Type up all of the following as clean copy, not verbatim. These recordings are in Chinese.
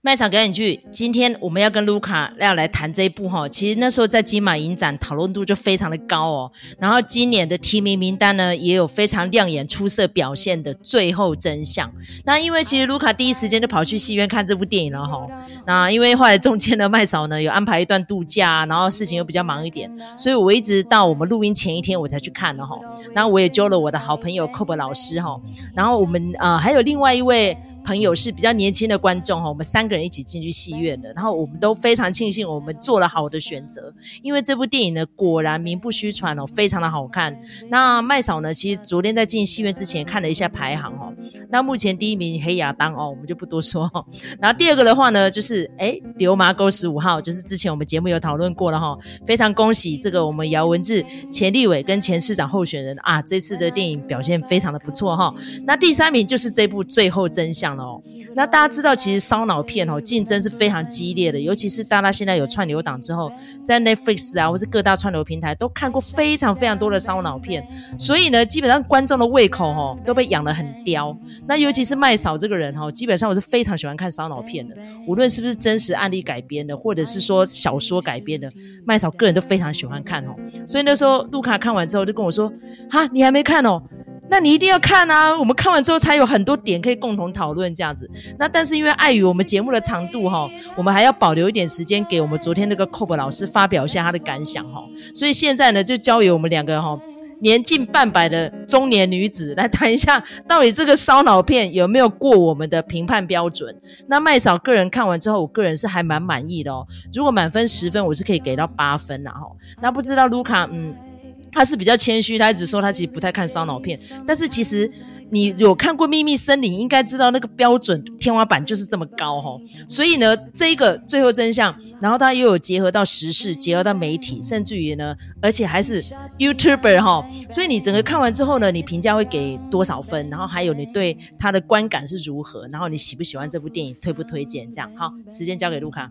麦场表演剧，今天我们要跟卢卡要来谈这一部哈。其实那时候在金马影展讨论度就非常的高哦。然后今年的提名名单呢，也有非常亮眼出色表现的《最后真相》。那因为其实卢卡第一时间就跑去戏院看这部电影了哈。那因为后来中间的麦嫂呢有安排一段度假，然后事情又比较忙一点，所以我一直到我们录音前一天我才去看了哈。然后我也揪了我的好朋友 Cob 老师哈，然后我们还有另外一位朋友是比较年轻的观众，我们3个人一起进去戏院的，然后我们都非常庆幸我们做了好的选择，因为这部电影呢果然名不虚传非常的好看。那麦嫂呢其实昨天在进戏院之前看了一下排行那目前第一名黑亚当我们就不多说然后第二个的话呢就是流麻沟15号，就是之前我们节目有讨论过了非常恭喜这个我们姚文智前立委跟前市长候选人这次的电影表现非常的不错那第3名就是这部《最后真相》那大家知道其实烧脑片竞争是非常激烈的，尤其是大家现在有串流档之后，在 Netflix 或是各大串流平台都看过非常非常多的烧脑片，所以呢基本上观众的胃口都被养得很刁。那尤其是麦嫂这个人基本上我是非常喜欢看烧脑片的，无论是不是真实案例改编的或者是说小说改编的，麦嫂个人都非常喜欢看所以那时候路卡看完之后就跟我说你还没看那你一定要看啊，我们看完之后才有很多点可以共同讨论这样子。那但是因为碍于我们节目的长度我们还要保留一点时间给我们昨天那个 Cob 老师发表一下他的感想所以现在呢就交由我们2个年近半百的中年女子来谈一下到底这个烧脑片有没有过我们的评判标准。那麦嫂个人看完之后我个人是还蛮满意的如果满分10分我是可以给到8分那不知道卢卡他是比较谦虚，他只说他其实不太看烧脑片，但是其实你有看过秘密森林应该知道那个标准天花板就是这么高所以呢这个最后真相，然后他又有结合到时事，结合到媒体，甚至于呢而且还是 YouTuber 所以你整个看完之后呢你评价会给多少分，然后还有你对他的观感是如何，然后你喜不喜欢这部电影，推不推荐，这样。好，时间交给卢卡。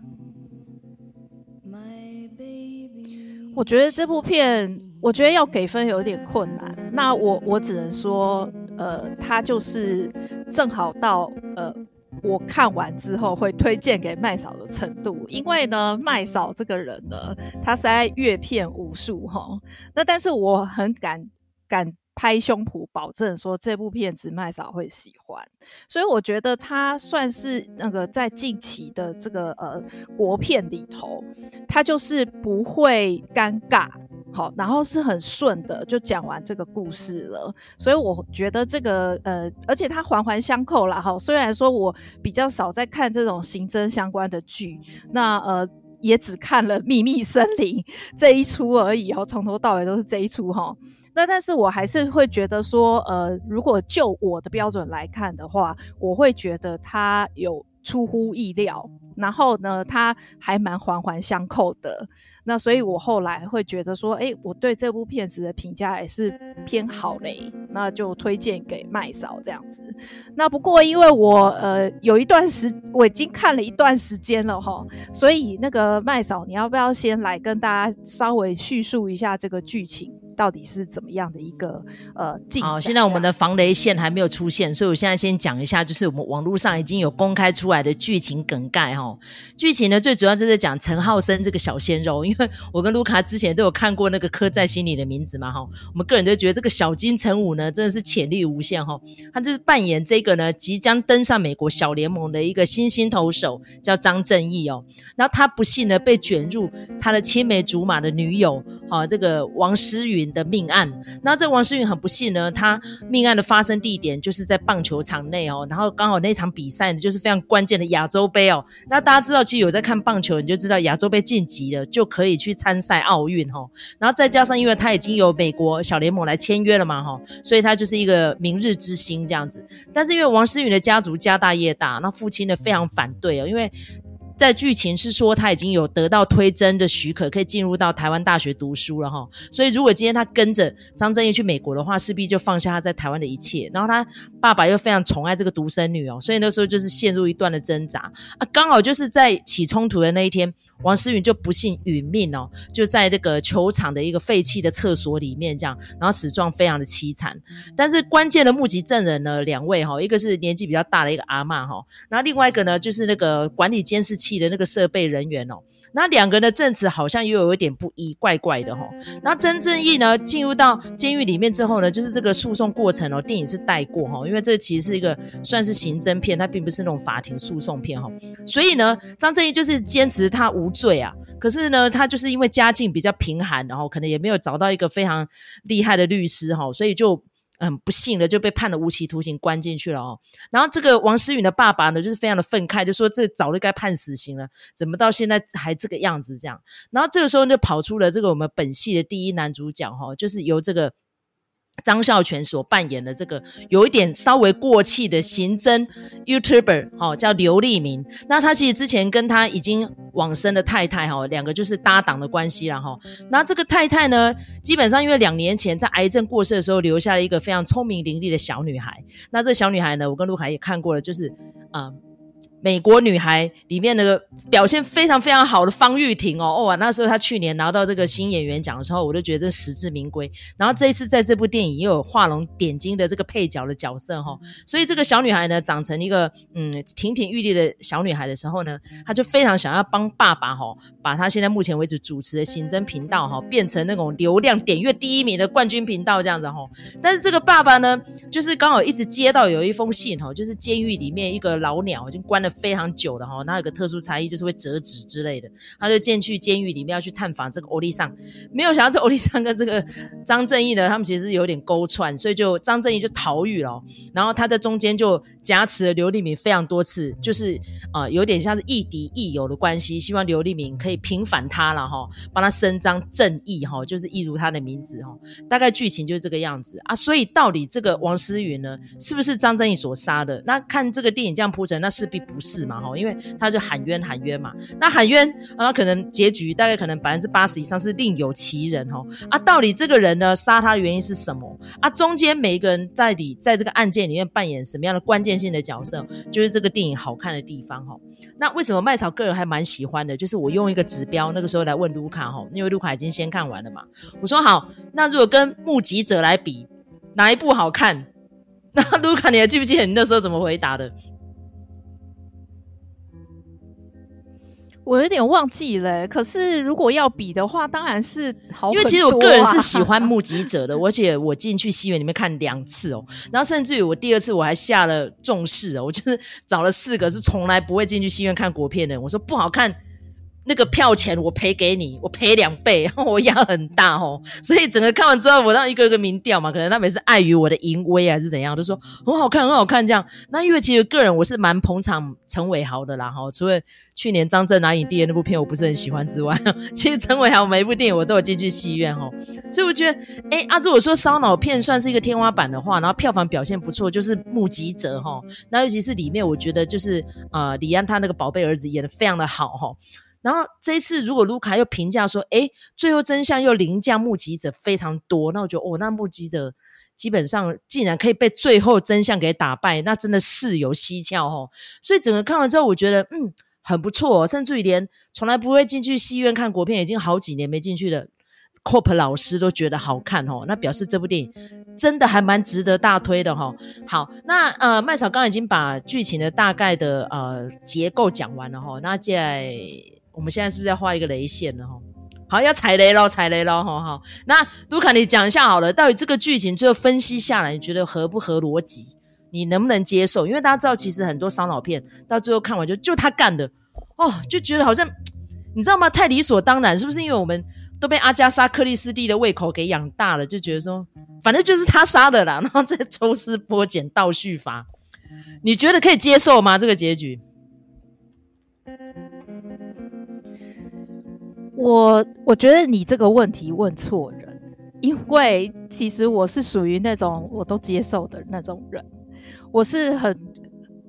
我觉得这部片我觉得要给分有点困难，那我只能说它就是正好到我看完之后会推荐给麦嫂的程度，因为呢麦嫂这个人呢她实在阅片无数那但是我很敢拍胸脯保证说这部片子麦嫂会喜欢，所以我觉得它算是那个在近期的这个国片里头，它就是不会尴尬好，然后是很顺的就讲完这个故事了，所以我觉得这个而且它环环相扣啦虽然说我比较少在看这种刑侦相关的剧，那也只看了秘密森林这一出而已从头到尾都是这一出那但是我还是会觉得说如果就我的标准来看的话，我会觉得它有出乎意料，然后呢它还蛮环环相扣的，那所以我后来会觉得说我对这部片子的评价也是偏好嘞，那就推荐给麦嫂这样子。那不过因为我我已经看了一段时间了所以那个麦嫂你要不要先来跟大家稍微叙述一下这个剧情到底是怎么样的一个进展。 好，现在我们的防雷线还没有出现，所以我现在先讲一下就是我们网络上已经有公开出来的剧情梗概剧情呢最主要就是讲陈浩生这个小鲜肉，因为我跟卢卡之前都有看过那个刻在心里的名字嘛我们个人就觉得这个小金城武呢真的是潜力无限他就是扮演这个呢即将登上美国小联盟的一个新兴投手叫张正义然后他不幸呢被卷入他的青梅竹马的女友这个王诗云的命案。那这王诗云很不幸呢，他命案的发生地点就是在棒球场内然后刚好那场比赛呢就是非常关键的亚洲杯那大家知道其实有在看棒球你就知道亚洲杯晋级了就可以去参赛奥运然后再加上因为他已经有美国小联盟来签约了嘛所以他就是一个明日之星这样子。但是因为王诗云的家族家大业大，那父亲呢非常反对因为在剧情是说他已经有得到推甄的许可，可以进入到台湾大学读书了齁。所以如果今天他跟着张正义去美国的话，势必就放下他在台湾的一切。然后他爸爸又非常宠爱这个独生女所以那时候就是陷入一段的挣扎刚好就是在起冲突的那一天，王诗芸就不幸殒命就在这个球场的一个废弃的厕所里面这样，然后死状非常的凄惨。但是关键的目击证人呢2位一个是年纪比较大的一个阿嬷然后另外一个呢就是那个管理监视器的那个设备人员那2个人的证词好像又有一点不一，怪怪的那曾正义呢进入到监狱里面之后呢，就是这个诉讼过程电影是带过因为这其实是一个算是刑侦片，它并不是那种法庭诉讼片所以呢张正义就是坚持他无罪可是呢他就是因为家境比较贫寒，然后可能也没有找到一个非常厉害的律师所以就不幸的就被判了无期徒刑关进去了然后这个王诗芸的爸爸呢就是非常的愤慨，就说这早就该判死刑了，怎么到现在还这个样子这样。然后这个时候就跑出了这个我们本戏的第一男主角就是由这个张孝全所扮演的这个有一点稍微过气的刑侦 YouTuber 叫刘立明。那他其实之前跟他已经往生的太太2个就是搭档的关系啦那这个太太呢基本上因为2年前在癌症过世的时候留下了一个非常聪明伶俐的小女孩。那这个小女孩呢我跟陆凯也看过了，就是美国女孩里面那个表现非常非常好的方玉婷那时候她去年拿到这个新演员奖的时候，我就觉得这实至名归。然后这一次在这部电影也有画龙点睛的这个配角的角色所以这个小女孩呢长成一个亭亭玉立的小女孩的时候呢，她就非常想要帮爸爸把她现在目前为止主持的刑侦频道变成那种流量点阅第1名的冠军频道这样子但是这个爸爸呢就是刚好一直接到有一封信就是监狱里面一个老鸟已经关了非常久了那有个特殊才艺就是会折纸之类的，他就进去监狱里面要去探访这个欧丽桑。没有想到这欧丽桑跟这个张正义呢他们其实有点勾串，所以就张正义就逃狱了然后他在中间就加持了刘立明非常多次，就是有点像是亦敌亦友的关系，希望刘立明可以平反他了帮他伸张正义就是一如他的名字大概剧情就是这个样子所以到底这个王诗芸呢是不是张正义所杀的？那看这个电影这样铺陈，那势必不是嘛因为他就喊冤嘛，那喊冤可能结局大概可能80%以上是另有其人到底这个人呢杀他的原因是什么中间每一个人到底在这个案件里面扮演什么样的关键性的角色，就是这个电影好看的地方那为什么麦草个人还蛮喜欢的，就是我用一个指标那个时候来问卢卡因为卢卡已经先看完了嘛，我说好，那如果跟目击者来比哪一部好看，那卢卡你还记不记得你那时候怎么回答的？ 我有点忘记了可是如果要比的话当然是好很多因为其实我个人是喜欢目击者的而且我进去戏院里面看2次然后甚至于我第2次我还下了重视我就是找了4个是从来不会进去戏院看国片的人，我说不好看那个票钱我赔给你，我赔2倍，然后我压很大所以整个看完之后我让一个个民调嘛，可能他们也是碍于我的淫威还是怎样，就说很好看很好看这样。那因为其实个人我是蛮捧场陈伟豪的啦除了去年张震拿影帝的那部片我不是很喜欢之外其实陈伟豪每一部电影我都有进去戏院所以我觉得如果说烧脑片算是一个天花板的话，然后票房表现不错就是目击者那尤其是里面我觉得就是李安他那个宝贝儿子演得非常的好然后这一次如果卢卡又评价说最后真相又凌驾目击者非常多，那我觉得那目击者基本上竟然可以被最后真相给打败，那真的事有蹊跷所以整个看完之后我觉得很不错甚至于连从来不会进去戏院看国片已经好几年没进去的 Cop 老师都觉得好看那表示这部电影真的还蛮值得大推的好，那麦草刚刚已经把剧情的大概的结构讲完了那接下来我们现在是不是要画一个雷线呢好，要踩雷咯好，那卢卡你讲一下好了，到底这个剧情最后分析下来你觉得合不合逻辑，你能不能接受？因为大家知道其实很多烧脑片到最后看完就他干的就觉得好像你知道吗太理所当然，是不是因为我们都被阿加莎克里斯蒂的胃口给养大了，就觉得说反正就是他杀的啦，然后再抽丝剥茧倒叙法，你觉得可以接受吗这个结局？ 我觉得你这个问题问错人，因为其实我是属于那种我都接受的那种人，我是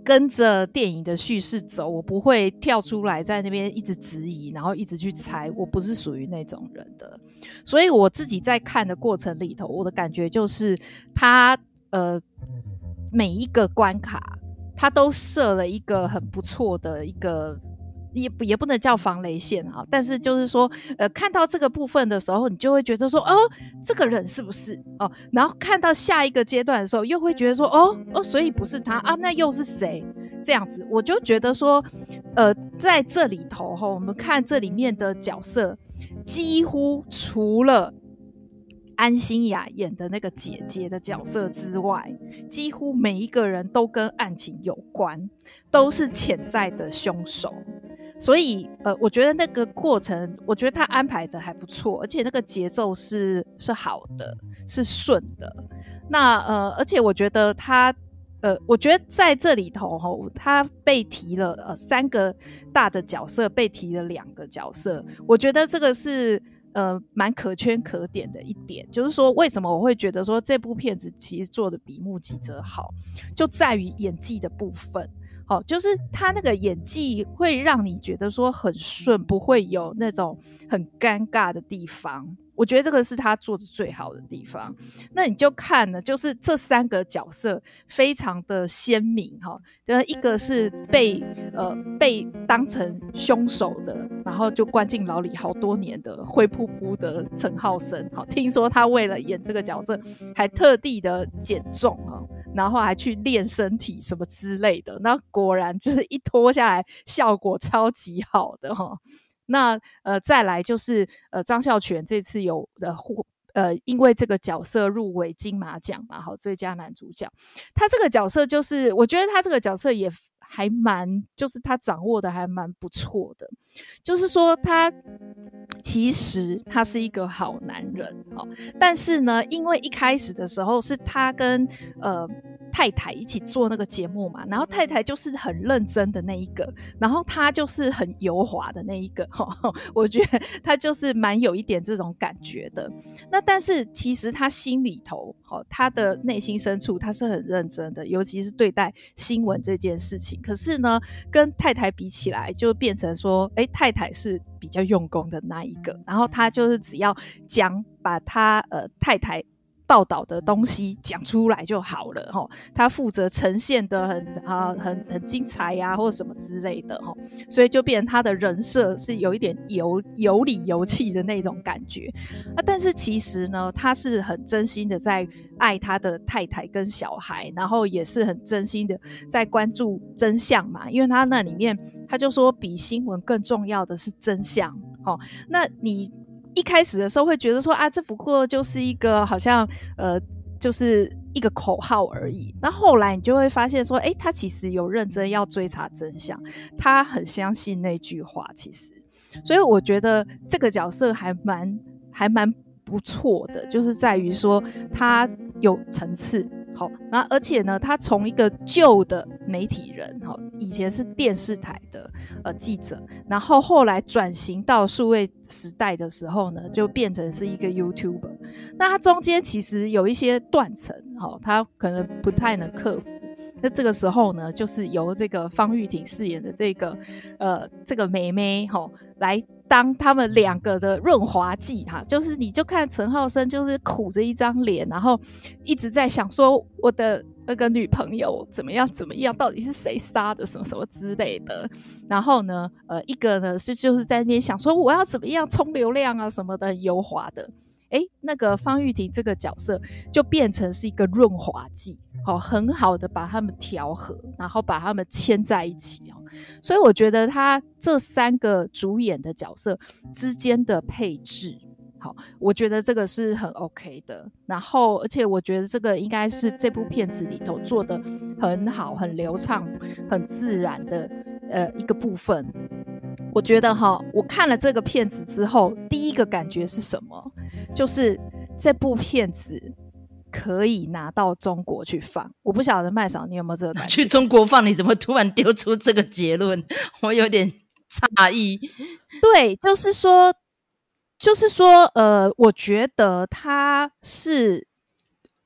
跟着电影的叙事走，我不会跳出来在那边一直质疑，然后一直去猜，我不是属于那种人的。所以我自己在看的过程里头，我的感觉就是他每一个关卡他都设了一个很不错的一个也不能叫防雷线啊，但是就是说，看到这个部分的时候，你就会觉得说，哦，这个人是不是哦？然后看到下一个阶段的时候，又会觉得说，哦，所以不是他啊，那又是谁？这样子，我就觉得说，在这里头哈，我们看这里面的角色，几乎除了安心雅演的那个姐姐的角色之外，几乎每一个人都跟案情有关，都是潜在的凶手。所以我觉得那个过程，我觉得他安排的还不错，而且那个节奏是好的，是顺的。那而且我觉得我觉得在这里头他被提了3个大的角色，被提了2个角色，我觉得这个是蛮可圈可点的一点，就是说为什么我会觉得说这部片子其实做的比目击者好，就在于演技的部分。就是他那个演技会让你觉得说很顺，不会有那种很尴尬的地方，我觉得这个是他做的最好的地方。那你就看呢，就是这3个角色非常的鲜明一个是被当成凶手的，然后就关进牢里好多年的灰扑扑的陈浩森，听说他为了演这个角色还特地的减重然后还去练身体什么之类的，那果然就是一脱下来效果超级好的那再来就是张孝全这次有因为这个角色入围金马奖嘛，最佳男主角。他这个角色就是我觉得他这个角色也还蛮，就是他掌握的还蛮不错的，就是说他其实他是一个好男人但是呢，因为一开始的时候是他跟太太一起做那个节目嘛，然后太太就是很认真的那一个，然后他就是很油滑的那一个我觉得他就是蛮有一点这种感觉的。那但是其实他心里头他的内心深处他是很认真的，尤其是对待新闻这件事情。可是呢，跟太太比起来，就变成说太太是比较用功的那一个，然后他就是只要把他太太报道的东西讲出来就好了他负责呈现的很精彩呀或者什么之类的所以就变成他的人设是有一点有理有气的那种感觉但是其实呢，他是很真心的在爱他的太太跟小孩，然后也是很真心的在关注真相嘛，因为他那里面他就说比新闻更重要的是真相那你一开始的时候会觉得说这不过就是一个好像就是一个口号而已，那后来你就会发现说他其实有认真要追查真相，他很相信那句话其实，所以我觉得这个角色还蛮不错的，就是在于说他有层次那而且呢，他从一个旧的媒体人以前是电视台的记者，然后后来转型到数位时代的时候呢，就变成是一个 YouTuber。那他中间其实有一些断层他可能不太能克服。那这个时候呢，就是由这个方玉婷饰演的这个妹妹来当他们2个的润滑剂就是你就看陈浩森就是苦着一张脸，然后一直在想说我的那个女朋友怎么样，到底是谁杀的什么什么之类的。然后呢一个呢就是在那边想说我要怎么样冲流量啊什么的，很油滑的。那个方玉婷这个角色就变成是一个润滑剂很好的把他们调和，然后把他们牵在一起所以我觉得他这3个主演的角色之间的配置我觉得这个是很 OK 的，然后而且我觉得这个应该是这部片子里头做的很好、很流畅、很自然的一个部分。我觉得我看了这个片子之后，第一个感觉是什么？就是这部片子可以拿到中国去放。我不晓得麦嫂你有没有这个感觉？ 去中国放，你怎么突然丢出这个结论？我有点诧异。 对，就是说我觉得他是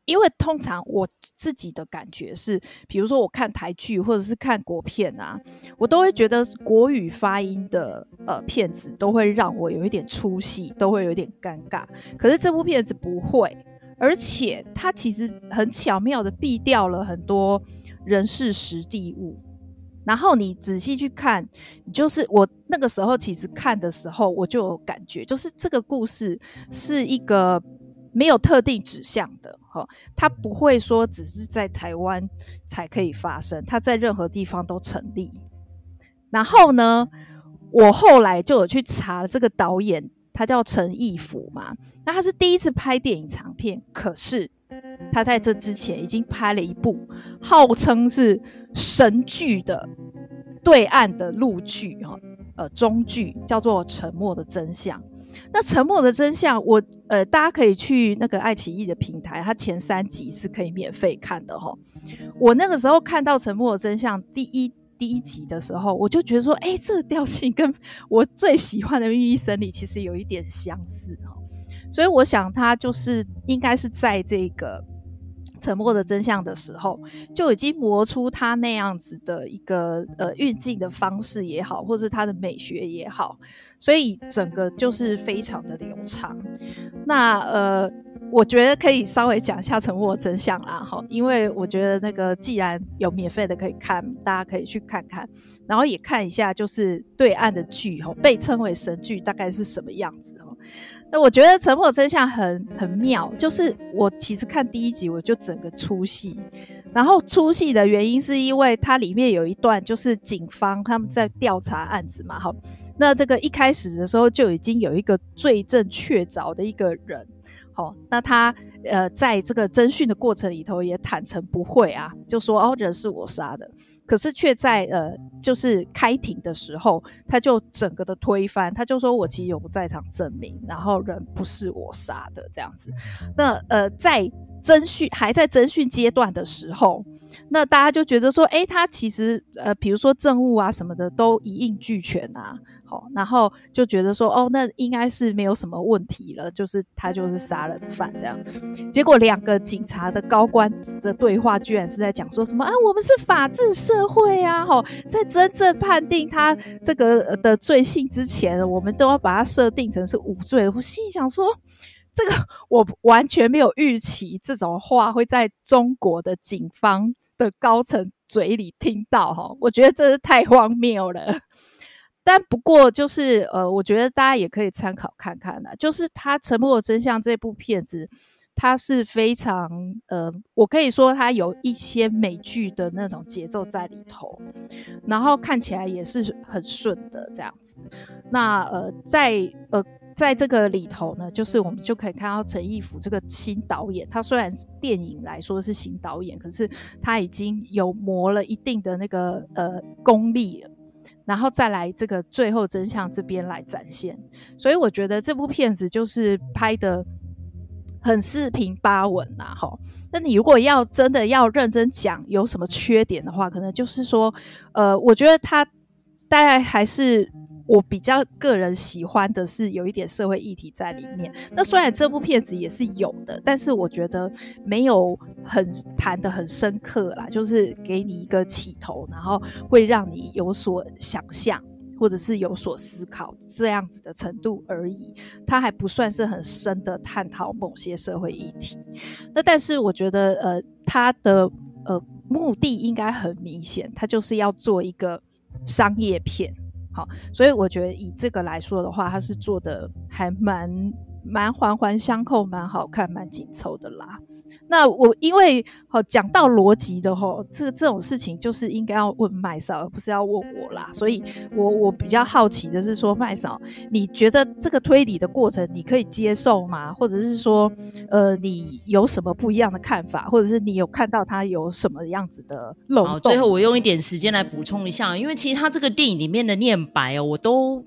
因为通常我自己的感觉是，比如说我看台剧或者是看国片啊，我都会觉得国语发音的片子都会让我有一点出戏，都会有一点尴尬。可是这部片子不会，而且它其实很巧妙的避掉了很多人事时地物。然后你仔细去看，就是我那个时候其实看的时候，我就有感觉，就是这个故事是一个没有特定指向的，它不会说只是在台湾才可以发生，它在任何地方都成立。然后呢，我后来就有去查这个导演，他叫陈义甫嘛，那他是第一次拍电影长片，可是他在这之前已经拍了一部号称是神剧的对岸的陆剧中剧，叫做《沉默的真相》。那《沉默的真相》大家可以去那个爱奇艺的平台，它前3集是可以免费看的齁。我那个时候看到《沉默的真相》第一集的时候，我就觉得说，这个调性跟我最喜欢的《秘密森林》其实有一点相似所以我想它就是应该是在这个沉默的真相的时候就已经磨出他那样子的一个运镜的方式也好，或是他的美学也好，所以整个就是非常的流畅。那我觉得可以稍微讲一下沉默的真相啦，因为我觉得那个既然有免费的可以看，大家可以去看看，然后也看一下就是对岸的剧被称为神剧大概是什么样子。那我觉得沉默的真相很妙，就是我其实看第1集我就整个出戏，然后出戏的原因是因为它里面有一段就是警方他们在调查案子嘛，那这个一开始的时候就已经有一个罪证确凿的一个人，那他在这个侦讯的过程里头也坦诚不讳啊，就说人是我杀的。可是却在就是开庭的时候，他就整个的推翻，他就说我其实有不在场证明，然后人不是我杀的这样子。那在还在侦讯阶段的时候，那大家就觉得说，他其实比如说证物啊什么的都一应俱全啊，然后就觉得说，那应该是没有什么问题了，就是他就是杀人犯这样。结果2个警察的高官的对话居然是在讲说什么我们是法治社会啊，在真正判定他这个的罪行之前，我们都要把它设定成是无罪。我心里想说，这个我完全没有预期这种话会在中国的警方的高层嘴里听到我觉得这是太荒谬了。但不过就是我觉得大家也可以参考看看啦，就是他《沉默的真相》这部片子，它是非常我可以说它有一些美剧的那种节奏在里头，然后看起来也是很顺的这样子。那在这个里头呢，就是我们就可以看到陈义甫这个新导演，他虽然电影来说是新导演，可是他已经有磨了一定的那个功力了，然后再来这个最后真相这边来展现。所以我觉得这部片子就是拍的很四平八稳啊，那你如果要真的要认真讲有什么缺点的话，可能就是说我觉得他大概还是我比较个人喜欢的是有一点社会议题在里面。那虽然这部片子也是有的，但是我觉得没有谈得很深刻啦，就是给你一个起头，然后会让你有所想象或者是有所思考这样子的程度而已，它还不算是很深的探讨某些社会议题。那但是我觉得它的目的应该很明显，它就是要做一个商业片。好，所以我觉得以这个来说的话，它是做的还蛮环环相扣，蛮好看，蛮紧凑的啦。那我因为讲到逻辑的这种事情就是应该要问麦嫂，而不是要问我啦。所以我比较好奇的是说，麦嫂，你觉得这个推理的过程你可以接受吗？或者是说你有什么不一样的看法，或者是你有看到它有什么样子的漏洞？ 好，最后我用一点时间来补充一下，因为其实它这个电影里面的念白我都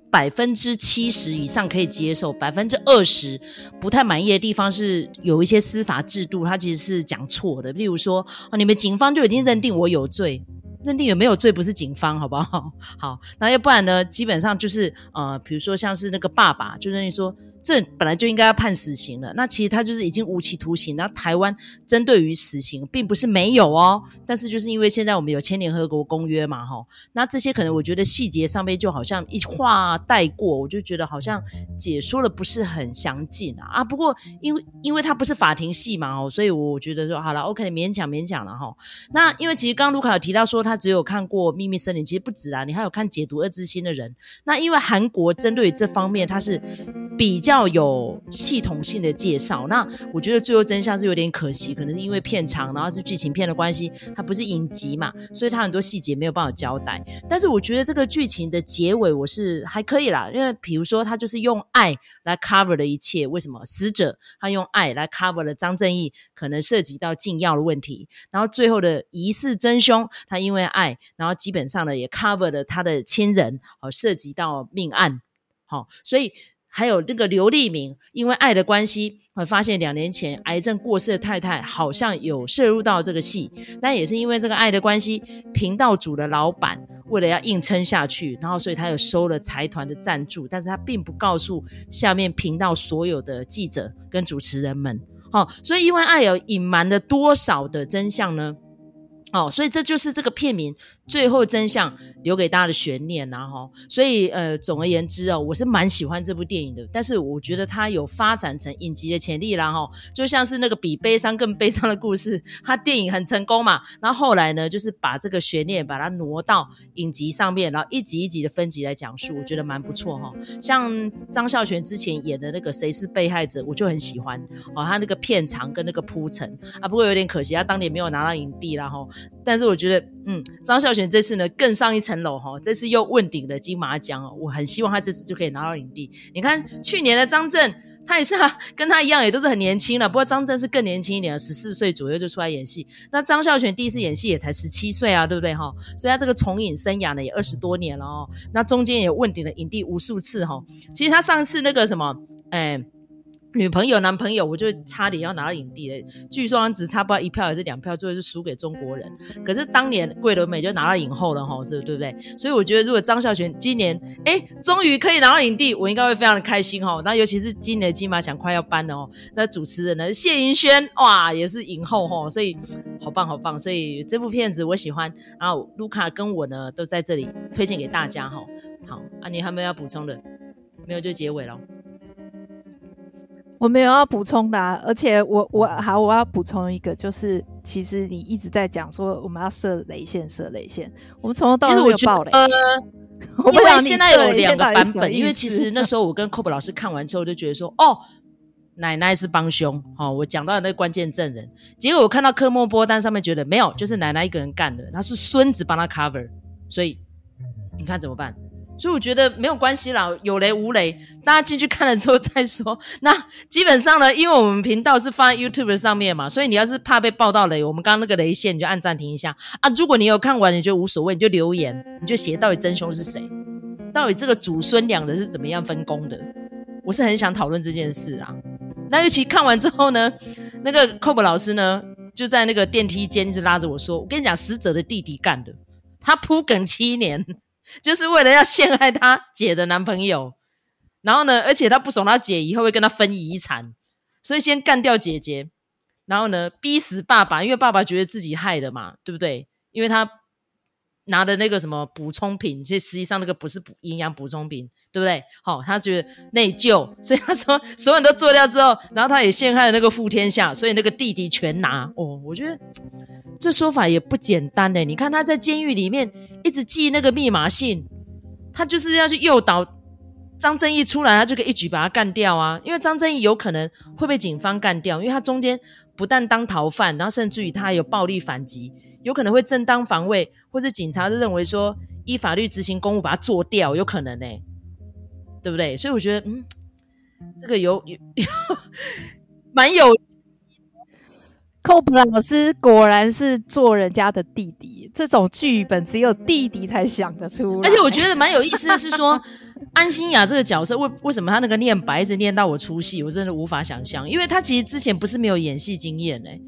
70%以上可以接受，20%不太满意的地方是有一些司法制度它其实是讲错的，例如说你们警方就已经认定我有罪， 认定有没有罪不是警方好不好？好，那要不然呢基本上就是比如说像是那个爸爸就认定说这本来就应该要判死刑了，那其实他就是已经无期徒刑，然后台湾针对于死刑并不是没有哦，但是就是因为现在我们有签联合国公约嘛那这些可能我觉得细节上面就好像一话带过，我就觉得好像解说的不是很详尽不过因为它不是法庭戏嘛所以我觉得说好了 OK 勉强了那因为其实刚刚卢卡有提到说他只有看过秘密森林，其实不止你还有看解读恶之心的人，那因为韩国针对于这方面它是比较有系统性的介绍，那我觉得最后真相是有点可惜，可能是因为片长然后是剧情片的关系，它不是影集嘛，所以它很多细节没有办法交代，但是我觉得这个剧情的结尾我是还可以啦，因为比如说他就是用爱来 cover 了一切，为什么死者他用爱来 cover 了张正义可能涉及到禁药的问题，然后最后的疑似真凶他因为爱然后基本上呢也 cover 了他的亲人涉及到命案所以还有那个刘立明因为爱的关系会发现2年前癌症过世的太太好像有涉入到这个戏，那也是因为这个爱的关系，频道主的老板为了要硬撑下去，然后所以他有收了财团的赞助，但是他并不告诉下面频道所有的记者跟主持人们所以因为爱有隐瞒了多少的真相呢所以这就是这个片名最后真相留给大家的悬念所以总而言之我是蛮喜欢这部电影的，但是我觉得它有发展成影集的潜力啦就像是那个比悲伤更悲伤的故事，它电影很成功嘛，然后后来呢就是把这个悬念把它挪到影集上面，然后一集一集的分集来讲述，我觉得蛮不错像张孝全之前演的那个谁是被害者我就很喜欢他那个片长跟那个铺陈不过有点可惜他当年没有拿到影帝啦但是我觉得张孝全这次呢更上一层楼这次又问鼎了金马奖我很希望他这次就可以拿到影帝。你看去年的张震他也是跟他一样也都是很年轻了，不过张震是更年轻一点14岁左右就出来演戏，那张孝全第一次演戏也才17岁对不对所以他这个从影生涯呢也20多年了那中间也问鼎了影帝无数次其实他上次那个什么女朋友男朋友我就差点要拿到影帝了，据说只差不多1票还是2票，最后是输给中国人，可是当年桂纶镁就拿到影后了对不对？所以我觉得如果张孝全今年终于可以拿到影帝，我应该会非常的开心那尤其是今年的金马奖快要颁了那主持人呢谢盈萱哇也是影后所以好棒好棒，所以这部片子我喜欢，然后卢卡跟我呢都在这里推荐给大家好你还没有要补充的？没有就结尾咯。 我没有要补充的而且我要补充一个，就是其实你一直在讲说我们要设雷线，我们从头到尾没有爆雷。 因为现在有2个版本，因为其实那时候我跟 Cob 老师看完之后就觉得说奶奶是帮凶我讲到的那个关键证人，结果我看到科目播单上面觉得没有，就是奶奶一个人干的，他是孙子帮他 cover， 所以你看怎么办？所以我觉得没有关系啦，有雷无雷大家进去看了之后再说。那基本上呢，因为我们频道是放在 YouTube 上面嘛，所以你要是怕被爆到雷，我们刚刚那个雷线你就按暂停一下如果你有看完你觉得无所谓，你就留言，你就写到底真凶是谁，到底这个祖孙2人是怎么样分工的，我是很想讨论这件事那尤其看完之后呢，那个 Cob 老师呢就在那个电梯间一直拉着我说，我跟你讲死者的弟弟干的，他铺梗7年就是为了要陷害他姐的男朋友，然后呢而且他不爽他姐以后会跟他分遗产，所以先干掉姐姐，然后呢逼死爸爸，因为爸爸觉得自己害的嘛，对不对？因为他拿的那个什么补充品，其实实际上那个不是营养补充品，对不对？他觉得内疚，所以他说所有人都做掉之后，然后他也陷害了那个傅天下，所以那个弟弟全拿我觉得这说法也不简单你看他在监狱里面一直寄那个密码信，他就是要去诱导张正义出来，他就可以一举把他干掉因为张正义有可能会被警方干掉，因为他中间不但当逃犯，然后甚至于他有暴力反击，有可能会正当防卫，或者警察认为说依法律执行公务把他做掉，有可能对不对？所以我觉得这个有蛮有 Cob 老师果然是做人家的弟弟，这种剧本只有弟弟才想得出来。 而且我觉得蛮有意思的是说安心亚这个角色为什么他那个念白一直念到我出戏，我真的无法想象，因为他其实之前不是没有演戏经验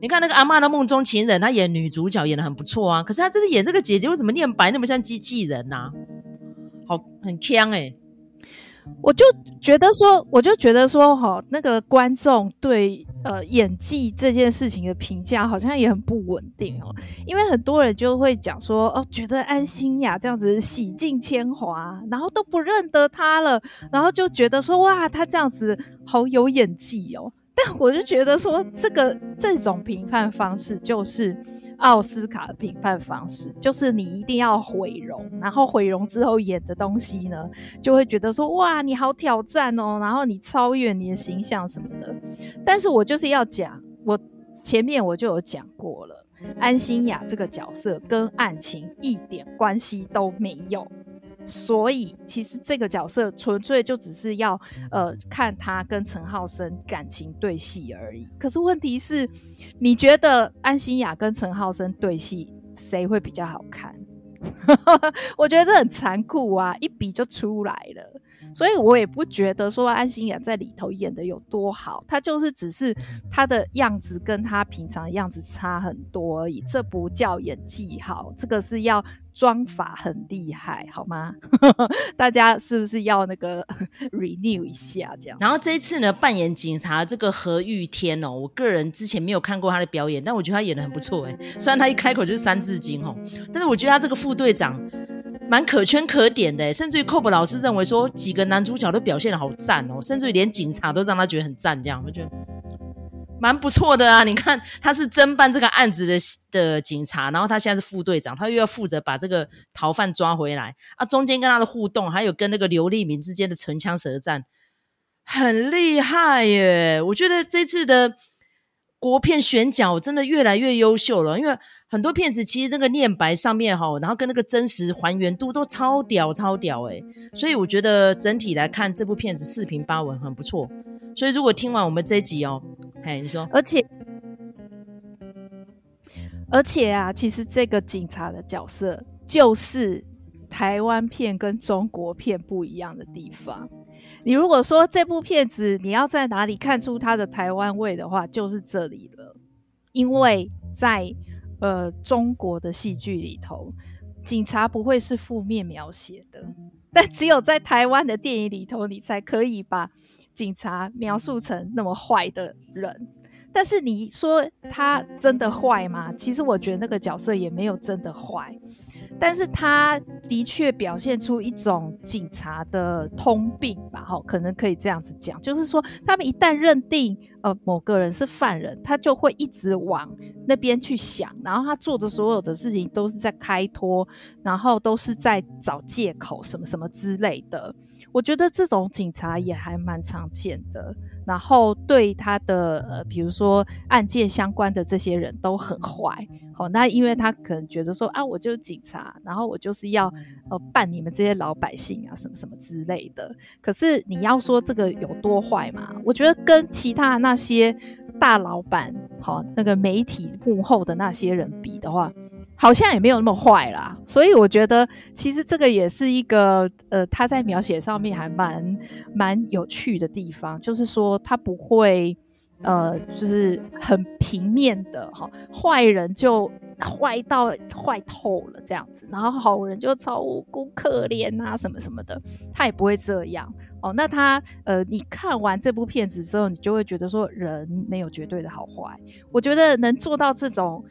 你看那个阿嬷的梦中情人，她演女主角演得很不错啊，可是她这次演这个姐姐为什么念白那么像机器人啊？好，很呛欸。 我就觉得说那个观众对演技这件事情的评价好像也很不稳定哦，因为很多人就会讲说觉得安心亚这样子洗尽铅华，然后都不认得她了，然后就觉得说哇，她这样子好有演技哦。但我就觉得说这种评判方式就是奥斯卡的评判方式，就是你一定要毁容，然后毁容之后演的东西呢，就会觉得说哇，你好挑战哦，然后你超越你的形象什么的。但是我就是要讲，我前面我就有讲过了，安心亚这个角色跟案情一点关系都没有。所以其实这个角色纯粹就只是要看他跟陈浩森感情对戏而已。可是问题是，你觉得安心亚跟陈浩森对戏谁会比较好看？我觉得这很残酷啊，一比就出来了。所以我也不觉得说安心亚在里头演的有多好，他就是只是他的样子跟他平常的样子差很多而已，这不叫演技好，这个是要妆法很厉害，好吗？大家是不是要那个renew 一下这样？ 然后这一次呢，扮演警察这个何玉天哦，我个人之前没有看过他的表演，但我觉得他演得很不错欸，虽然他一开口就是三字经哦，但是我觉得他这个副队长蛮可圈可点的，甚至于 Cobb 老师认为说几个男主角都表现得好赞哦，甚至于连警察都让他觉得很赞，这样我觉得蛮不错的啊。你看他是侦办这个案子的警察，然后他现在是副队长，他又要负责把这个逃犯抓回来啊，中间跟他的互动还有跟那个刘立明之间的唇枪舌战很厉害耶。我觉得这次的国片选角真的越来越优秀了，因为很多片子其实这个念白上面然后跟那个真实还原度都超屌耶，所以我觉得整体来看这部片子四平八稳，很不错。所以如果听完我们这一集你说， 而且啊，其实这个警察的角色就是台湾片跟中国片不一样的地方。你如果说这部片子你要在哪里看出它的台湾味的话，就是这里了。因为在中国的戏剧里头，警察不会是负面描写的，但只有在台湾的电影里头，你才可以把警察描述成那么坏的人。但是你说他真的坏吗？其实我觉得那个角色也没有真的坏，但是他的确表现出一种警察的通病吧，可能可以这样子讲，就是说他们一旦认定某个人是犯人，他就会一直往那边去想，然后他做的所有的事情都是在开脱，然后都是在找借口什么什么之类的。我觉得这种警察也还蛮常见的，然后对他的比如说案件相关的这些人都很坏。那因为他可能觉得说啊，我就是警察，然后我就是要办你们这些老百姓啊什么什么之类的。可是你要说这个有多坏嘛？我觉得跟其他那些大老板那个媒体幕后的那些人比的话，好像也没有那么坏啦。所以我觉得其实这个也是一个他在描写上面还蛮有趣的地方，就是说他不会就是很平面的坏人就坏到坏透了这样子，然后好人就超无辜可怜啊什么什么的，他也不会这样那他你看完这部片子之后，你就会觉得说人没有绝对的好坏。我觉得能做到这种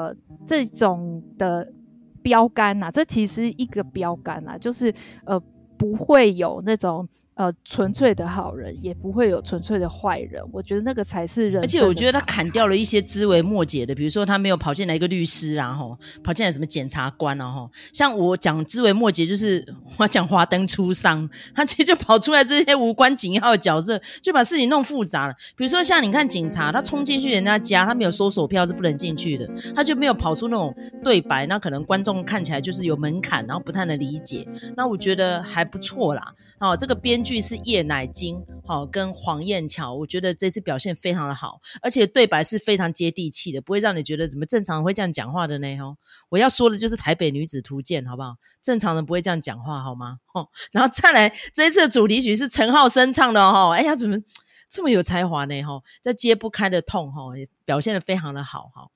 的标杆这其实一个标杆就是不会有那种纯粹的好人，也不会有纯粹的坏人。我觉得那个才是人生的。而且我觉得他砍掉了一些枝微末节的，比如说他没有跑进来一个律师跑进来什么检察官像我讲枝微末节就是我讲华灯初上，他其实就跑出来这些无关紧要的角色，就把事情弄复杂了。比如说像你看警察，他冲进去人家家，他没有搜索票是不能进去的，他就没有跑出那种对白，那可能观众看起来就是有门槛，然后不太能理解。那我觉得还不错啦。这个编剧是叶乃菁跟黄燕乔，我觉得这次表现非常的好，而且对白是非常接地气的，不会让你觉得怎么正常人会这样讲话的呢我要说的就是台北女子图鉴，好不好？正常人不会这样讲话好吗然后再来这一次的主题曲是陈浩生唱的哎呀怎么这么有才华呢哈，这揭不开的痛哈，也表现得非常的好哈。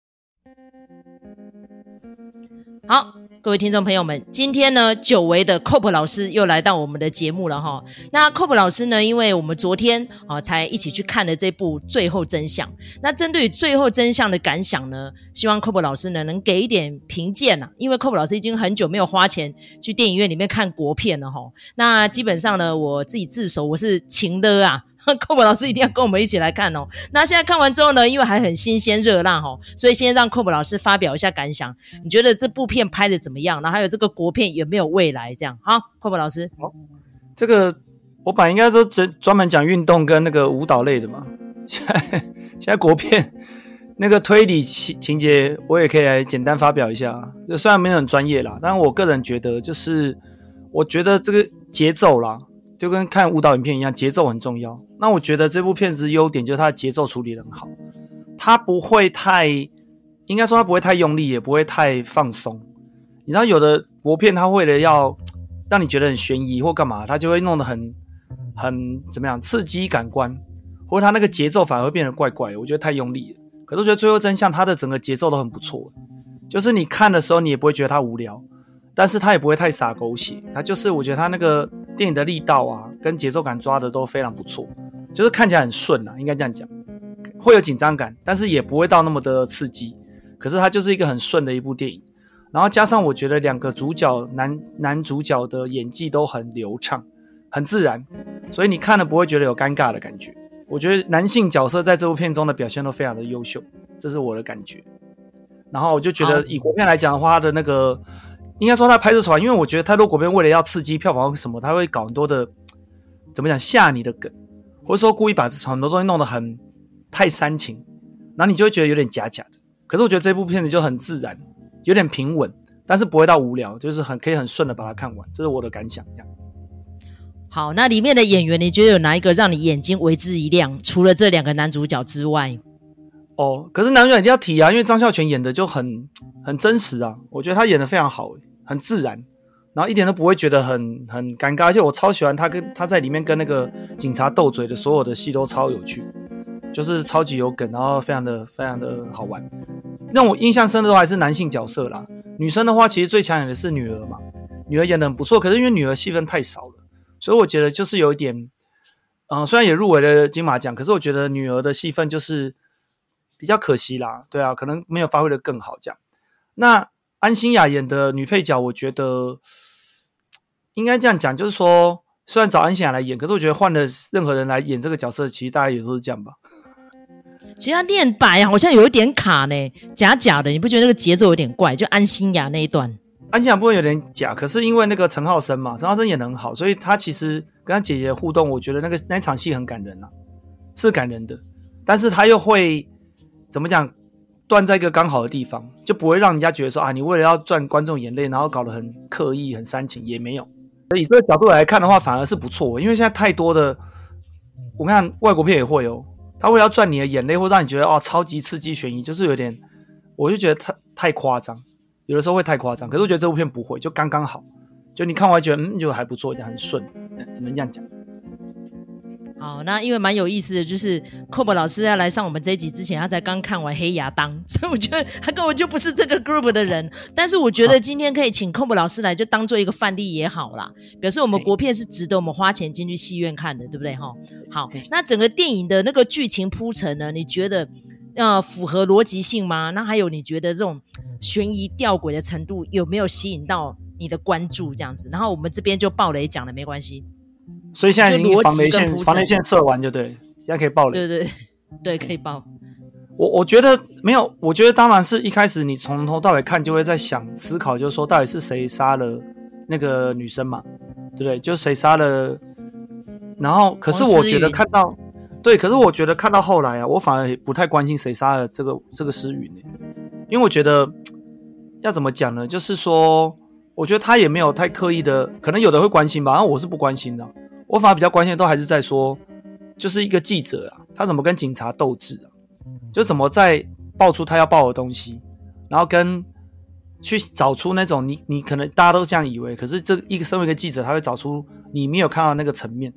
好，各位听众朋友们，今天呢，久违的 Cope 老师又来到我们的节目了哈。那 Cope 老师呢，因为我们昨天才一起去看了这部《最后真相》，那针对于《最后真相》的感想呢，希望 Cope 老师呢能给一点评鉴啊，因为 Cope 老师已经很久没有花钱去电影院里面看国片了哈。那基本上呢，我自己自首，我是情的啊。Cope 老师一定要跟我们一起来看哦。那现在看完之后呢，因为还很新鲜热辣哦，所以先让 Cope 老师发表一下感想。你觉得这部片拍的怎么样？然后还有这个国片有没有未来？这样好 ，Cope 老师。 好，这个我本来应该都专门讲运动跟那个舞蹈类的嘛。现在国片那个推理情节，我也可以来简单发表一下。虽然没有很专业啦，但我个人觉得，就是我觉得这个节奏啦。就跟看舞蹈影片一样，节奏很重要。那我觉得这部片子优点就是它的节奏处理得很好，它不会太，应该说它不会太用力，也不会太放松。你知道有的国片它为了要让你觉得很悬疑或干嘛，它就会弄得很怎么样刺激感官，或者它那个节奏反而会变得怪怪的，我觉得太用力了。可是我觉得最后真相它的整个节奏都很不错，就是你看的时候你也不会觉得它无聊，但是它也不会太洒狗血，它就是我觉得它那个电影的力道啊跟节奏感抓的都非常不错，就是看起来很顺啊，应该这样讲，会有紧张感，但是也不会到那么的刺激，可是它就是一个很顺的一部电影。然后加上我觉得两个主角男主角的演技都很流畅很自然，所以你看了不会觉得有尴尬的感觉。我觉得男性角色在这部片中的表现都非常的优秀，这是我的感觉。然后我就觉得以国片来讲的话，它的那个应该说他拍摄手法，因为我觉得太多国片为了要刺激票房什么，他会搞很多的怎么讲吓你的梗，或者说故意把很多东西弄得很太煽情，然后你就会觉得有点假假的。可是我觉得这部片子就很自然，有点平稳，但是不会到无聊，就是可以很顺的把它看完，这是我的感想。这样。 好，那里面的演员你觉得有哪一个让你眼睛为之一亮？除了这两个男主角之外？ 哦，可是男主角一定要提啊，因为张孝全演的就很真实啊，我觉得他演的非常好，很自然，然后一点都不会觉得很尴尬，而且我超喜欢他在里面跟那个警察斗嘴的所有的戏都超有趣，就是超级有梗，然后非常的好玩。让我印象深的都还是男性角色啦，女生的话其实最抢眼的是女儿嘛，女儿演的很不错，可是因为女儿戏份太少了，所以我觉得就是有一点，虽然也入围了金马奖，可是我觉得女儿的戏份就是比较可惜啦，对啊，可能没有发挥的更好这样。那安心亚演的女配角，我觉得应该这样讲，就是说虽然找安心亚来演，可是我觉得换了任何人来演这个角色，其实大家也都是这样吧。 其实他念白好像有一点卡呢，假假的，你不觉得那个节奏有点怪？就安心亚那一段， 安心亚部分有点假，可是因为那个陈浩生嘛，陈浩生演得很好，所以他其实跟他姐姐的互动，我觉得那一场戏很感人啊，是感人的，但是他又会怎么讲，断在一个刚好的地方，就不会让人家觉得说啊，你为了要赚观众眼泪，然后搞得很刻意、很煽情，也没有。所以这个角度来看的话，反而是不错，因为现在太多的，我看外国片也会哦，他为了要赚你的眼泪，或让你觉得哦超级刺激悬疑，就是有点，我就觉得太夸张，有的时候会太夸张。可是我觉得这部片不会，就刚刚好，就你看完觉得就还不错，这样很顺，只能这样讲。 好，那因为蛮有意思的，就是 Cope 老师要来上我们这一集之前，他才刚看完《黑亚当》，所以我觉得他根本就不是这个 group 的人。但是我觉得今天可以请 Cope 老师来，就当做一个范例也好啦，表示我们国片是值得我们花钱进去戏院看的，对不对？好，那整个电影的那个剧情铺陈呢，你觉得符合逻辑性吗？那还有你觉得这种悬疑吊诡的程度有没有吸引到你的关注？这样子，然后我们这边就爆雷讲了，没关系。 所以现在已经防雷线设完就对，现在可以爆雷。 对，可以爆。 我觉得没有，我觉得当然是一开始你从头到尾看就会在思考，就是说到底是谁杀了那个女生嘛，对不对？就谁杀了，然后可是我觉得看到，对，可是我觉得看到后来啊，我反而不太关心谁杀了这个诗云，因为我觉得要怎么讲呢？就是说，我觉得他也没有太刻意的，可能有的会关心吧，然后我是不关心的。我反而比较关心的都还是在说，就是一个记者啊，他怎么跟警察斗智啊，就怎么在爆出他要爆的东西，然后跟去找出那种你可能大家都这样以为，可是这一个身为一个记者，他会找出你没有看到那个层面。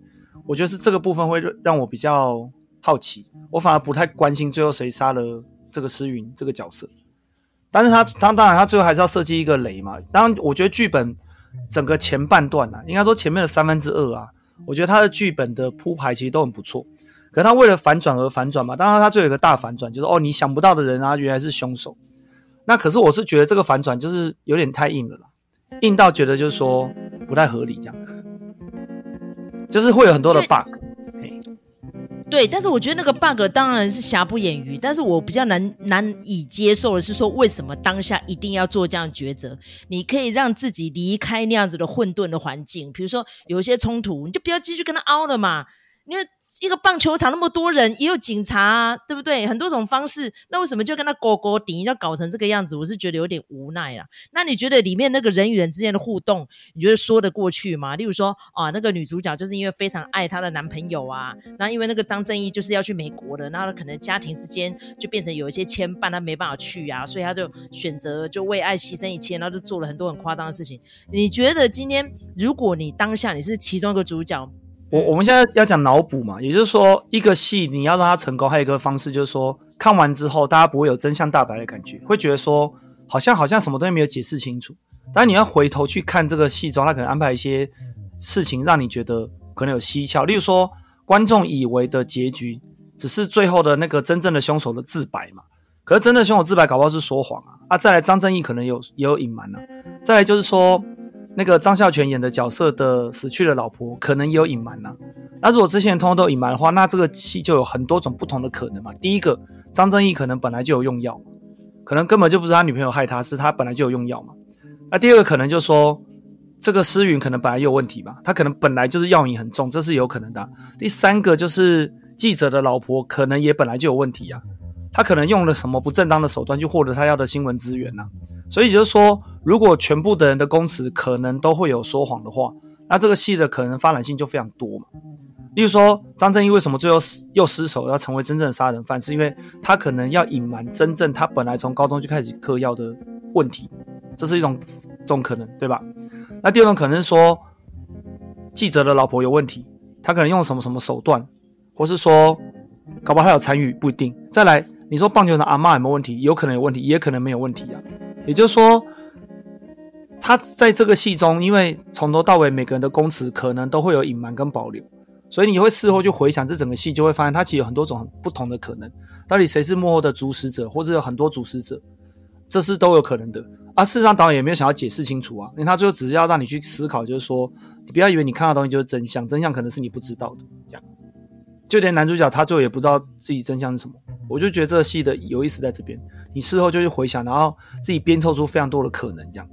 我觉得是这个部分会让我比较好奇，我反而不太关心最后谁杀了这个诗云这个角色。但是他当然他最后还是要设计一个雷嘛。当然我觉得剧本整个前半段啊，应该说前面的2/3啊，我觉得他的剧本的铺排其实都很不错。可是他为了反转而反转嘛，当然他最后有一个大反转，就是你想不到的人啊原来是凶手。那可是我是觉得这个反转就是有点太硬了啦，硬到觉得就是说不太合理这样。就是会有很多的 bug。 对，但是我觉得那个 bug 当然是瑕不掩瑜，但是我比较难以接受的是说，为什么当下一定要做这样的抉择？你可以让自己离开那样子的混沌的环境，比如说有一些冲突，你就不要继续跟他凹了嘛。因为一个棒球场那么多人，也有警察啊，对不对？很多种方式，那为什么就跟他勾顶，要搞成这个样子？我是觉得有点无奈啦。那你觉得里面那个人与人之间的互动，你觉得说得过去吗？例如说那个女主角就是因为非常爱她的男朋友啊，那因为那个张正义就是要去美国的，那可能家庭之间就变成有一些牵绊，他没办法去啊，所以他就选择就为爱牺牲一切，然后就做了很多很夸张的事情。你觉得今天如果你当下你是其中一个主角， 我们现在要讲脑补嘛，也就是说一个戏你要让它成功，还有一个方式就是说看完之后大家不会有真相大白的感觉，会觉得说好像什么东西没有解释清楚。但你要回头去看这个戏中，他可能安排一些事情让你觉得可能有蹊跷，例如说观众以为的结局只是最后的那个真正的凶手的自白嘛，可是真正的凶手自白搞不好是说谎啊。再来张正义可能也有隐瞒啊。再来就是说那个张孝全演的角色的死去的老婆可能也有隐瞒啊。那如果这些人通通都有隐瞒的话，那这个戏就有很多种不同的可能嘛。第一个，张正义可能本来就有用药，可能根本就不是他女朋友害他，是他本来就有用药嘛。那第二个可能就是说这个诗云可能本来就有问题吧，他可能本来就是药瘾很重，这是有可能的第三个就是记者的老婆可能也本来就有问题啊，他可能用了什么不正当的手段去获得他要的新闻资源啊。所以就是说如果全部的人的供词可能都会有说谎的话，那这个戏的可能发展性就非常多嘛。例如说张正义为什么最后又失手要成为真正的杀人犯，是因为他可能要隐瞒真正他本来从高中就开始嗑药的问题，这是一种可能，对吧？那第二种可能是说记者的老婆有问题，他可能用什么什么手段，或是说搞不好他有参与，不一定。再来你说棒球场阿嬷有没有问题，有可能有问题，也可能没有问题啊。也就是说他在这个戏中，因为从头到尾每个人的供词可能都会有隐瞒跟保留，所以你会事后去回想这整个戏，就会发现它其实有很多种不同的可能，到底谁是幕后的主使者，或者有很多主使者，这是都有可能的啊。事实上导演也没有想要解释清楚啊，因为他最后只是要让你去思考，就是说你不要以为你看到的东西就是真相，真相可能是你不知道的，这样。就连男主角他最后也不知道自己真相是什么，我就觉得这个戏的有意思在这边，你事后就去回想，然后自己编凑出非常多的可能，这样。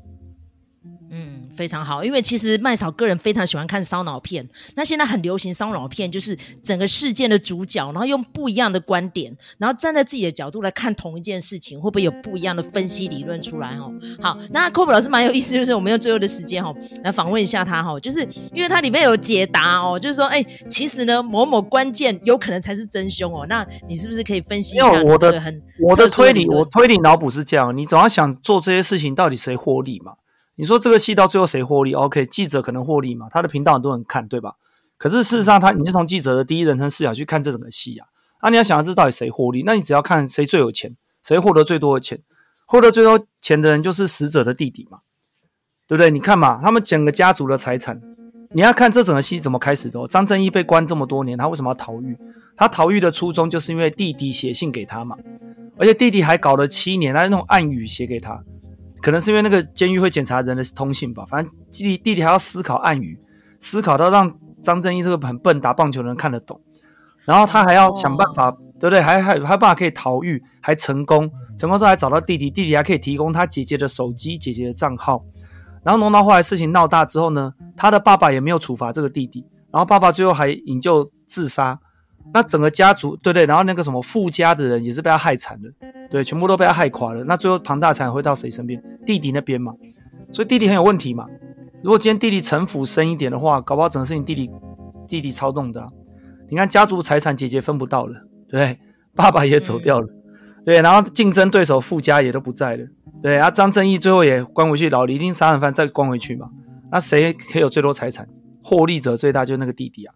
非常好，因为其实麦嫂个人非常喜欢看烧脑片，那现在很流行烧脑片，就是整个事件的主角，然后用不一样的观点，然后站在自己的角度来看同一件事情，会不会有不一样的分析理论出来好，那 Kobe 老师蛮有意思，就是我们用最后的时间来访问一下他就是因为它里面有解答就是说其实呢某某关键有可能才是真凶那你是不是可以分析一下我的推理，我推理脑补是这样，你总要想做这些事情到底谁获利嘛。你说这个戏到最后谁获利 ？OK， 记者可能获利嘛，他的频道很多人看，对吧？可是事实上你是从记者的第一人称视角去看这整个戏啊，你要想要知道到底谁获利，那你只要看谁最有钱，谁获得最多的钱，获得最多钱的人就是死者的弟弟嘛，对不对？你看嘛，他们整个家族的财产，你要看这整个戏怎么开始的张正义被关这么多年，他为什么要逃狱？他逃狱的初衷就是因为弟弟写信给他嘛，而且弟弟还搞了7年，他是那种暗语写给他。可能是因为那个监狱会检查人的通信吧，反正弟弟还要思考暗语，思考到让张正义这个很笨打棒球的人看得懂，然后他还要想办法，对不对？还办法可以逃狱，还成功之后还找到弟弟，弟弟还可以提供他姐姐的手机、姐姐的账号，然后弄到后来事情闹大之后呢，他的爸爸也没有处罚这个弟弟，然后爸爸最后还引咎自杀，那整个家族，对对，然后那个什么富家的人也是被他害惨了。对，全部都被他害垮了。那最后庞大财产会到谁身边？弟弟那边嘛。所以弟弟很有问题嘛。如果今天弟弟城府深一点的话，搞不好整个事情弟弟操纵的你看家族财产姐姐分不到了，对不对？爸爸也走掉了，对，然后竞争对手富家也都不在了，对啊，张正义最后也关回去牢里，一定杀人犯再关回去嘛。那谁可以有最多财产？获利者最大就是那个弟弟啊。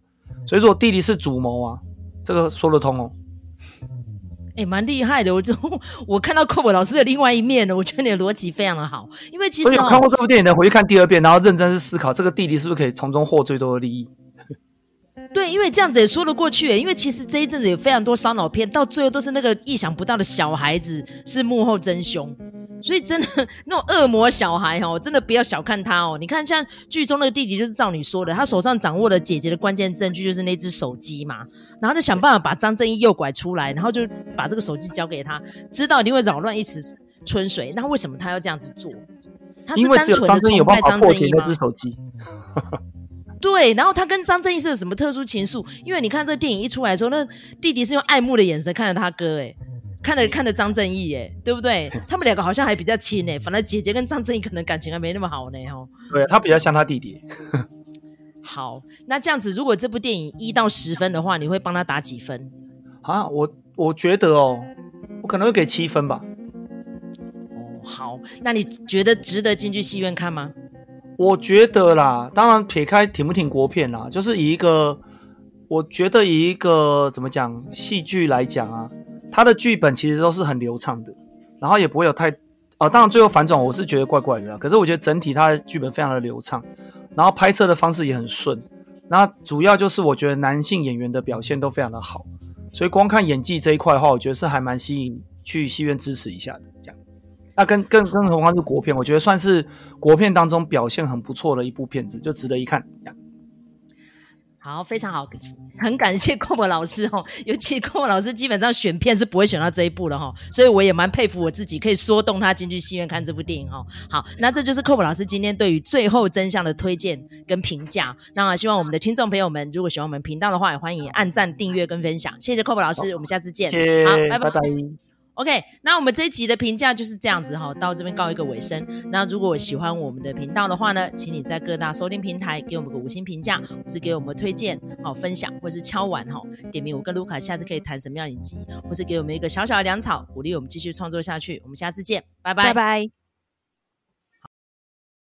所以说我弟弟是主谋啊，这个说得通哦。 蛮厉害的，我看到寇博老师的另外一面呢，我觉得你的逻辑非常的好，因为其实所以我看过这部电影的，回去看第2遍，然后认真去思考这个弟弟是不是可以从中获最多的利益。 对，因为这样子也说得过去耶，因为其实这一阵子有非常多烧脑片，到最后都是那个意想不到的小孩子是幕后真凶，所以真的那种恶魔小孩真的不要小看他哦。你看像剧中那个弟弟就是照你说的，他手上掌握的姐姐的关键证据就是那只手机嘛，然后就想办法把张正义诱拐出来，然后就把这个手机交给他，知道一定会扰乱一池春水，那为什么他要这样子做？他是单纯的崇拜张正义吗？ 那只手机对，然后他跟张正义是有什么特殊情愫？因为你看这个电影一出来的时候，那弟弟是用爱慕的眼神看着他哥，看着张正义，对不对？他们两个好像还比较亲，反正姐姐跟张正义可能感情还没那么好呢。 对，他比较像他弟弟。 好，那这样子，如果这部电影1到10分的话，你会帮他打几分？ 啊，我觉得我可能会给7分吧。 好，那你觉得值得进去戏院看吗？ 我觉得啦，当然撇开挺不挺国片啦，就是我觉得以一个怎么讲戏剧来讲啊，它的剧本其实都是很流畅的，然后也不会有太当然最后反转我是觉得怪怪的啦，可是我觉得整体它的剧本非常的流畅，然后拍摄的方式也很顺，那主要就是我觉得男性演员的表现都非常的好，所以光看演技这一块的话，我觉得是还蛮吸引去戏院支持一下的这样。那更何况是国片，我觉得算是国片当中表现很不错的一部片子，就值得一看这样。 好，非常好，很感谢寇博老师尤其寇博老师基本上选片是不会选到这一部的所以我也蛮佩服我自己可以说动他进去戏院看这部电影好，那这就是寇博老师今天对于最后真相的推荐跟评价。那希望我们的听众朋友们如果喜欢我们频道的话，也欢迎按赞订阅跟分享，谢谢寇博老师，我们下次见。 谢谢， 好，拜拜。 拜拜。 OK， 那我们这一集的评价就是这样子到这边告一个尾声。那如果喜欢我们的频道的话呢，请你在各大收听平台给我们个5星评价，或是给我们推荐分享，或是敲碗点名我跟卢卡下次可以谈什么样的影集，或是给我们一个小小的粮草，鼓励我们继续创作下去。我们下次见，拜拜， 拜拜。